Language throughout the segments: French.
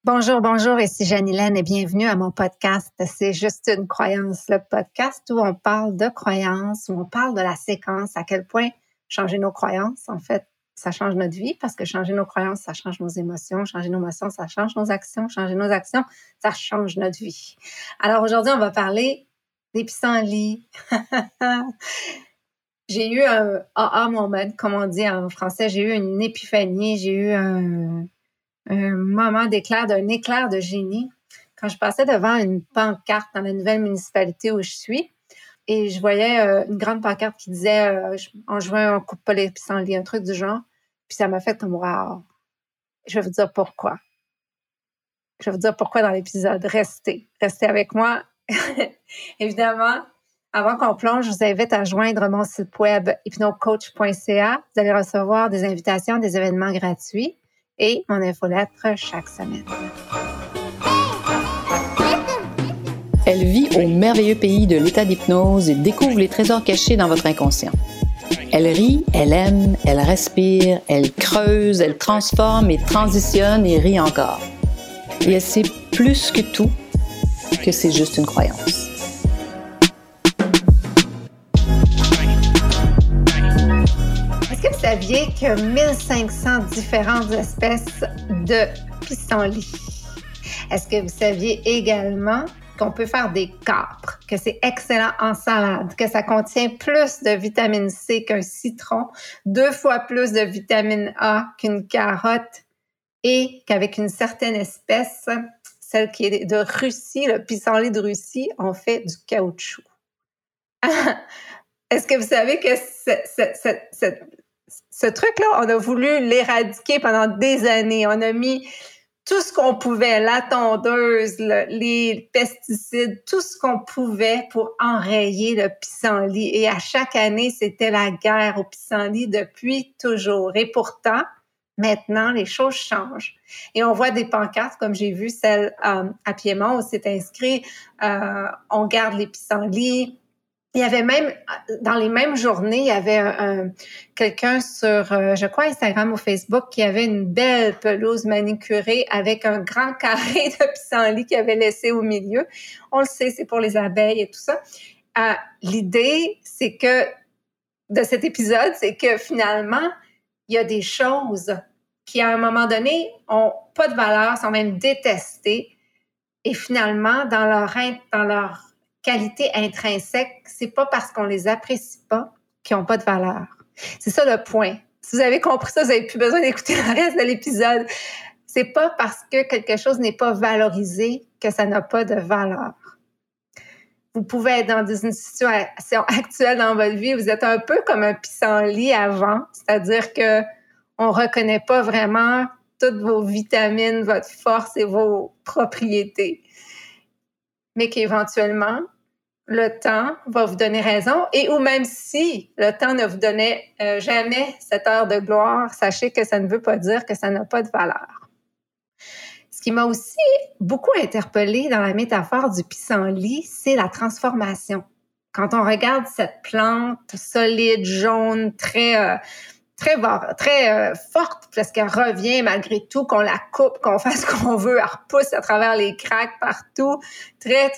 Bonjour, bonjour, ici Jeanne-Hélène et bienvenue à mon podcast C'est juste une croyance, le podcast où on parle de croyances, où on parle de la séquence, à quel point changer nos croyances, en fait, ça change notre vie parce que changer nos croyances, ça change nos émotions, changer nos émotions, ça change nos actions, changer nos actions, ça change notre vie. Alors aujourd'hui, on va parler des pissenlits. J'ai eu un aha moment, comme on dit en français, j'ai eu une épiphanie, j'ai eu un moment d'un éclair de génie quand je passais devant une pancarte dans la nouvelle municipalité où je suis et je voyais une grande pancarte qui disait on jouait un coupe pas les pissenlits, un truc du genre. Puis ça m'a fait comme wow. Je vais vous dire pourquoi. Je vais vous dire pourquoi dans l'épisode. Restez avec moi. Évidemment, avant qu'on plonge, je vous invite à joindre mon site web hypnocoach.ca. Vous allez recevoir des invitations à des événements gratuits et mon infolettre chaque semaine. Elle vit au merveilleux pays de l'état d'hypnose et découvre les trésors cachés dans votre inconscient. Elle rit, elle aime, elle respire, elle creuse, elle transforme et transitionne et rit encore. Et elle sait plus que tout que c'est juste une croyance. Est-ce que vous saviez qu'il y a 1500 différentes espèces de pissenlits? Est-ce que vous saviez également qu'on peut faire des câpres, que c'est excellent en salade, que ça contient plus de vitamine C qu'un citron, 2 fois plus de vitamine A qu'une carotte et qu'avec une certaine espèce, celle qui est de Russie, le pissenlit de Russie, on fait du caoutchouc. Est-ce que vous savez que ce truc-là, on a voulu l'éradiquer pendant des années. On a mis tout ce qu'on pouvait, la tondeuse, les pesticides, tout ce qu'on pouvait pour enrayer le pissenlit. Et à chaque année, c'était la guerre au pissenlit depuis toujours. Et pourtant, maintenant, les choses changent. Et on voit des pancartes, comme j'ai vu celle à Piémont, où c'est inscrit on garde les pissenlits. Il y avait même, dans les mêmes journées, il y avait quelqu'un sur, je crois, Instagram ou Facebook, qui avait une belle pelouse manicurée avec un grand carré de pissenlit qu'il avait laissé au milieu. On le sait, c'est pour les abeilles et tout ça. L'idée, c'est que, de cet épisode, c'est que finalement, il y a des choses qui, à un moment donné, ont pas de valeur, sont même détestées. Et finalement, dans leur qualité intrinsèque, c'est pas parce qu'on les apprécie pas qu'ils ont pas de valeur. C'est ça le point. Si vous avez compris ça, vous n'avez plus besoin d'écouter le reste de l'épisode. C'est pas parce que quelque chose n'est pas valorisé que ça n'a pas de valeur. Vous pouvez être dans une situation actuelle dans votre vie, vous êtes un peu comme un pissenlit avant, c'est-à-dire que on reconnaît pas vraiment toutes vos vitamines, votre force et vos propriétés. Mais qu'éventuellement, le temps va vous donner raison et ou même si le temps ne vous donnait jamais cette heure de gloire, sachez que ça ne veut pas dire que ça n'a pas de valeur. Ce qui m'a aussi beaucoup interpellée dans la métaphore du pissenlit, c'est la transformation. Quand on regarde cette plante solide, jaune, très forte parce qu'elle revient malgré tout, qu'on la coupe, qu'on fasse ce qu'on veut, elle repousse à travers les craques partout, très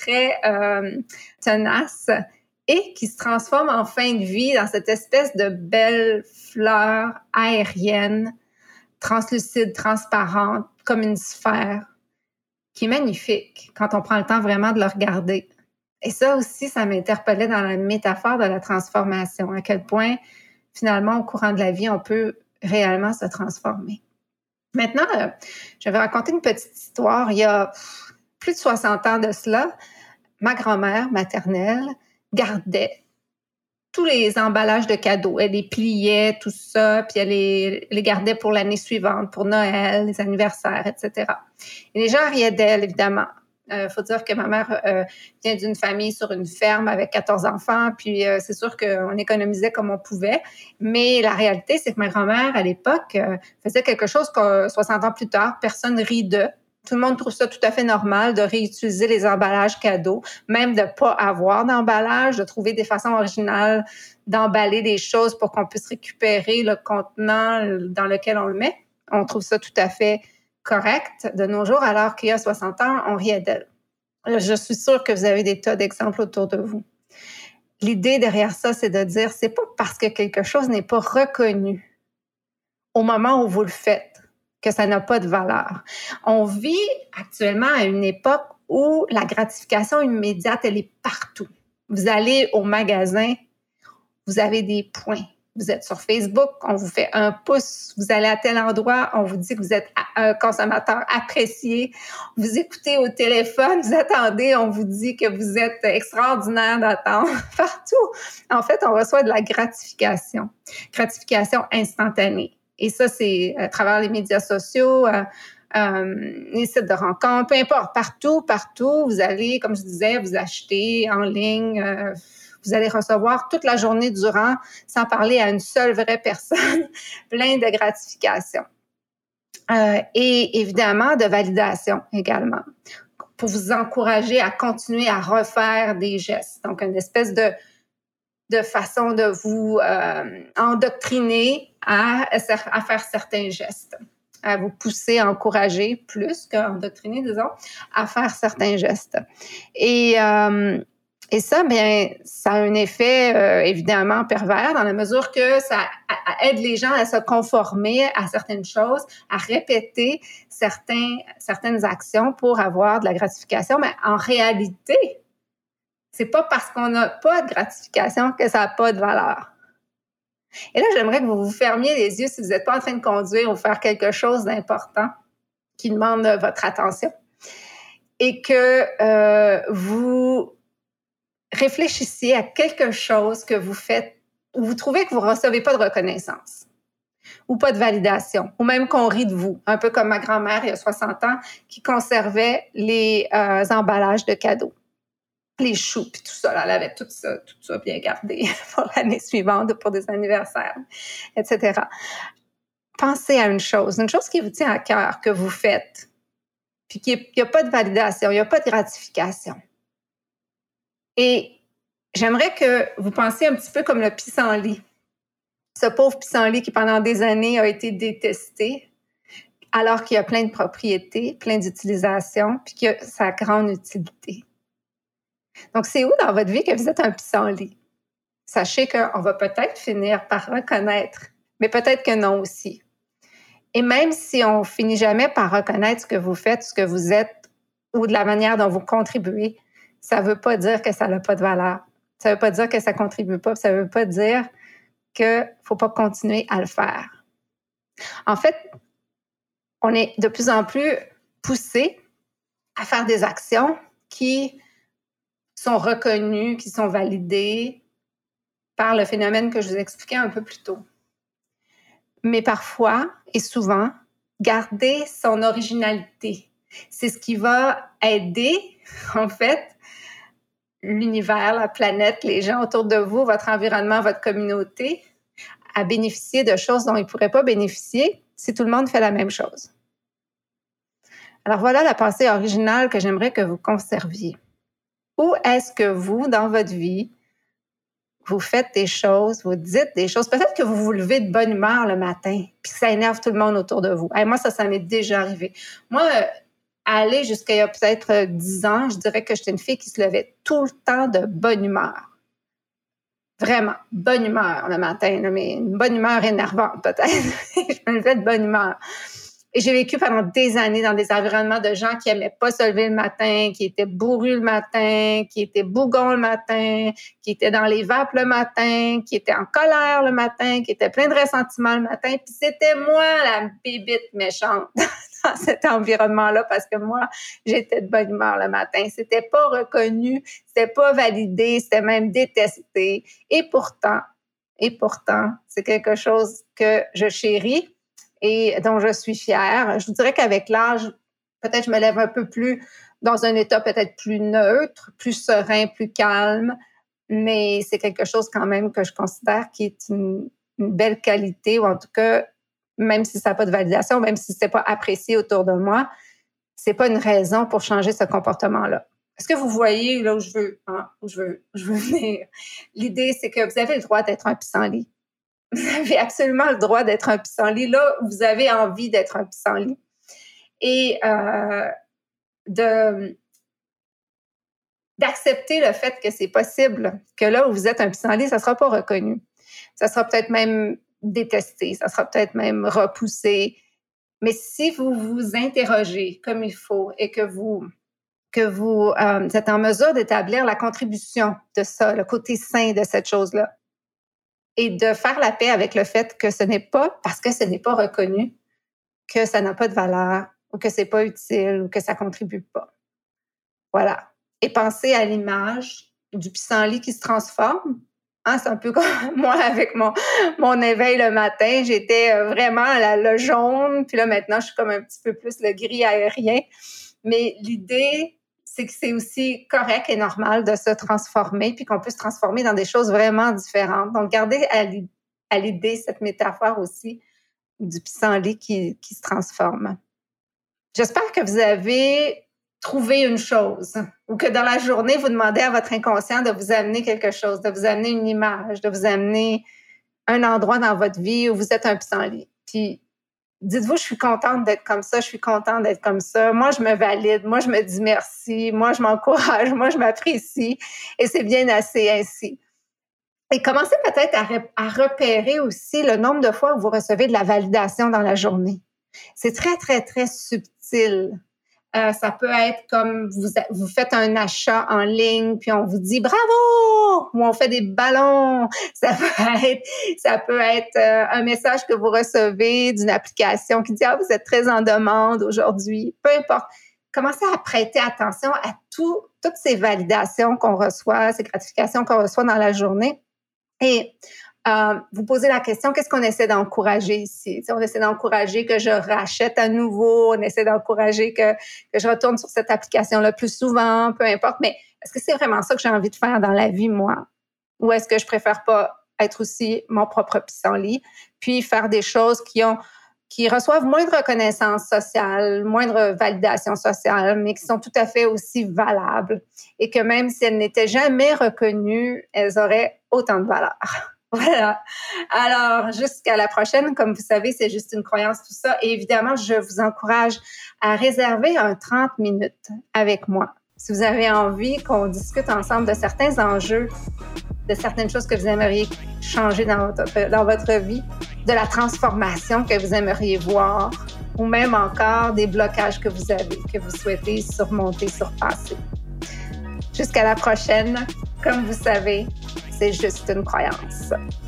tenace et qui se transforme en fin de vie dans cette espèce de belle fleur aérienne, translucide, transparente, comme une sphère, qui est magnifique quand on prend le temps vraiment de le regarder. Et ça aussi, ça m'interpellait dans la métaphore de la transformation, à quel point finalement, au courant de la vie, on peut réellement se transformer. Maintenant, je vais raconter une petite histoire. Il y a plus de 60 ans de cela, ma grand-mère maternelle gardait tous les emballages de cadeaux. Elle les pliait, tout ça, puis elle les gardait pour l'année suivante, pour Noël, les anniversaires, etc. Et les gens riaient d'elle, évidemment. Faut dire que ma mère vient d'une famille sur une ferme avec 14 enfants, puis c'est sûr qu'on économisait comme on pouvait, mais la réalité, c'est que ma grand-mère, à l'époque, faisait quelque chose que 60 ans plus tard, personne rit d'eux. Tout le monde trouve ça tout à fait normal de réutiliser les emballages cadeaux, même de pas avoir d'emballage, de trouver des façons originales d'emballer les choses pour qu'on puisse récupérer le contenant dans lequel on le met. On trouve ça tout à fait correcte de nos jours, alors qu'il y a 60 ans, on riait d'elle. Je suis sûre que vous avez des tas d'exemples autour de vous. L'idée derrière ça, c'est de dire, c'est pas parce que quelque chose n'est pas reconnu au moment où vous le faites que ça n'a pas de valeur. On vit actuellement à une époque où la gratification immédiate, elle est partout. Vous allez au magasin, vous avez des points. Vous êtes sur Facebook, on vous fait un pouce. Vous allez à tel endroit, on vous dit que vous êtes un consommateur apprécié. Vous écoutez au téléphone, vous attendez, on vous dit que vous êtes extraordinaire d'attendre. Partout, en fait, on reçoit de la gratification instantanée. Et ça, c'est à travers les médias sociaux, les sites de rencontres, peu importe, partout, vous allez, comme je disais, vous acheter en ligne, vous allez recevoir toute la journée durant, sans parler à une seule vraie personne, plein de gratification. Et évidemment, de validation également, pour vous encourager à continuer à refaire des gestes. Donc, une espèce de façon de vous endoctriner à faire certains gestes, à vous pousser, à encourager, plus qu'endoctriner, disons, à faire certains gestes. Et ça, bien, ça a un effet évidemment pervers dans la mesure que ça aide les gens à se conformer à certaines choses, à répéter certaines actions pour avoir de la gratification. Mais en réalité, c'est pas parce qu'on n'a pas de gratification que ça n'a pas de valeur. Et là, j'aimerais que vous vous fermiez les yeux si vous n'êtes pas en train de conduire ou faire quelque chose d'important qui demande votre attention et que vous réfléchissiez à quelque chose que vous faites où vous trouvez que vous ne recevez pas de reconnaissance ou pas de validation, ou même qu'on rit de vous, un peu comme ma grand-mère il y a 60 ans qui conservait les emballages de cadeaux. Les choux, puis tout ça, là, elle avait tout ça bien gardé pour l'année suivante, pour des anniversaires, etc. Pensez à une chose qui vous tient à cœur, que vous faites, puis qu'il n'y a pas de validation, il n'y a pas de gratification. Et j'aimerais que vous pensiez un petit peu comme le pissenlit. Ce pauvre pissenlit qui, pendant des années, a été détesté, alors qu'il y a plein de propriétés, plein d'utilisations, puis qu'il y a sa grande utilité. Donc, c'est où dans votre vie que vous êtes un pissenlit? Sachez qu'on va peut-être finir par reconnaître, mais peut-être que non aussi. Et même si on finit jamais par reconnaître ce que vous faites, ce que vous êtes, ou de la manière dont vous contribuez, ça ne veut pas dire que ça n'a pas de valeur. Ça ne veut pas dire que ça ne contribue pas. Ça ne veut pas dire qu'il ne faut pas continuer à le faire. En fait, on est de plus en plus poussé à faire des actions qui sont reconnues, qui sont validées par le phénomène que je vous expliquais un peu plus tôt. Mais parfois, et souvent, garder son originalité. C'est ce qui va aider, en fait, l'univers, la planète, les gens autour de vous, votre environnement, votre communauté, à bénéficier de choses dont ils ne pourraient pas bénéficier si tout le monde fait la même chose. Alors voilà la pensée originale que j'aimerais que vous conserviez. Où est-ce que vous, dans votre vie, vous faites des choses, vous dites des choses, peut-être que vous vous levez de bonne humeur le matin, puis ça énerve tout le monde autour de vous. Moi, ça m'est déjà arrivé. Moi, aller jusqu'à il y a peut-être 10 ans, je dirais que j'étais une fille qui se levait tout le temps de bonne humeur. Vraiment, bonne humeur le matin, mais une bonne humeur énervante peut-être. Je me levais de bonne humeur. Et j'ai vécu pendant des années dans des environnements de gens qui n'aimaient pas se lever le matin, qui étaient bourrus le matin, qui étaient bougons le matin, qui étaient dans les vapes le matin, qui étaient en colère le matin, qui étaient pleins de ressentiments le matin. Puis c'était moi la bébite méchante dans cet environnement-là parce que moi, j'étais de bonne humeur le matin. C'était pas reconnu, c'était pas validé, c'était même détesté. Et pourtant, c'est quelque chose que je chéris et dont je suis fière. Je vous dirais qu'avec l'âge, peut-être je me lève un peu plus dans un état peut-être plus neutre, plus serein, plus calme, mais c'est quelque chose quand même que je considère qui est une belle qualité, ou en tout cas, même si ça n'a pas de validation, même si c'est pas apprécié autour de moi, c'est pas une raison pour changer ce comportement-là. Est-ce que vous voyez là où je veux venir? L'idée, c'est que vous avez le droit d'être un pissenlit. Vous avez absolument le droit d'être un pissenlit là où vous avez envie d'être un pissenlit. et d'accepter le fait que c'est possible que là où vous êtes un pissenlit, ça ne sera pas reconnu. Ça sera peut-être même détesté, ça sera peut-être même repoussé. Mais si vous vous interrogez comme il faut et que vous êtes en mesure d'établir la contribution de ça, le côté sain de cette chose-là, et de faire la paix avec le fait que ce n'est pas parce que ce n'est pas reconnu que ça n'a pas de valeur ou que c'est pas utile ou que ça contribue pas. Voilà. Et penser à l'image du pissenlit qui se transforme. Hein, c'est un peu comme moi avec mon éveil le matin. J'étais vraiment le jaune, puis là maintenant je suis comme un petit peu plus le gris aérien. Mais l'idée, c'est que c'est aussi correct et normal de se transformer, puis qu'on peut se transformer dans des choses vraiment différentes. Donc, gardez à l'idée cette métaphore aussi du pissenlit qui se transforme. J'espère que vous avez trouvé une chose ou que dans la journée, vous demandez à votre inconscient de vous amener quelque chose, de vous amener une image, de vous amener un endroit dans votre vie où vous êtes un pissenlit. Puis, dites-vous, je suis contente d'être comme ça, je suis contente d'être comme ça. Moi, je me valide, moi, je me dis merci, moi, je m'encourage, moi, je m'apprécie et c'est bien assez ainsi. Et commencez peut-être à repérer aussi le nombre de fois où vous recevez de la validation dans la journée. C'est très, très, très subtil. Ça peut être comme vous faites un achat en ligne, puis on vous dit « bravo » ou on fait des ballons. Ça peut être un message que vous recevez d'une application qui dit « ah, vous êtes très en demande aujourd'hui ». Peu importe. Commencez à prêter attention à toutes ces validations qu'on reçoit, ces gratifications qu'on reçoit dans la journée. Et vous posez la question, qu'est-ce qu'on essaie d'encourager ici? On essaie d'encourager que je rachète à nouveau, on essaie d'encourager que je retourne sur cette application-là plus souvent, peu importe. Mais est-ce que c'est vraiment ça que j'ai envie de faire dans la vie, moi? Ou est-ce que je préfère pas être aussi mon propre pissenlit, puis faire des choses qui reçoivent moins de reconnaissance sociale, moins de validation sociale, mais qui sont tout à fait aussi valables et que même si elles n'étaient jamais reconnues, elles auraient autant de valeur. Voilà. Alors, jusqu'à la prochaine. Comme vous savez, c'est juste une croyance, tout ça. Et évidemment, je vous encourage à réserver un 30 minutes avec moi. Si vous avez envie qu'on discute ensemble de certains enjeux, de certaines choses que vous aimeriez changer dans votre vie, de la transformation que vous aimeriez voir, ou même encore des blocages que vous avez, que vous souhaitez surmonter, surpasser. Jusqu'à la prochaine. Comme vous savez, c'est juste une croyance.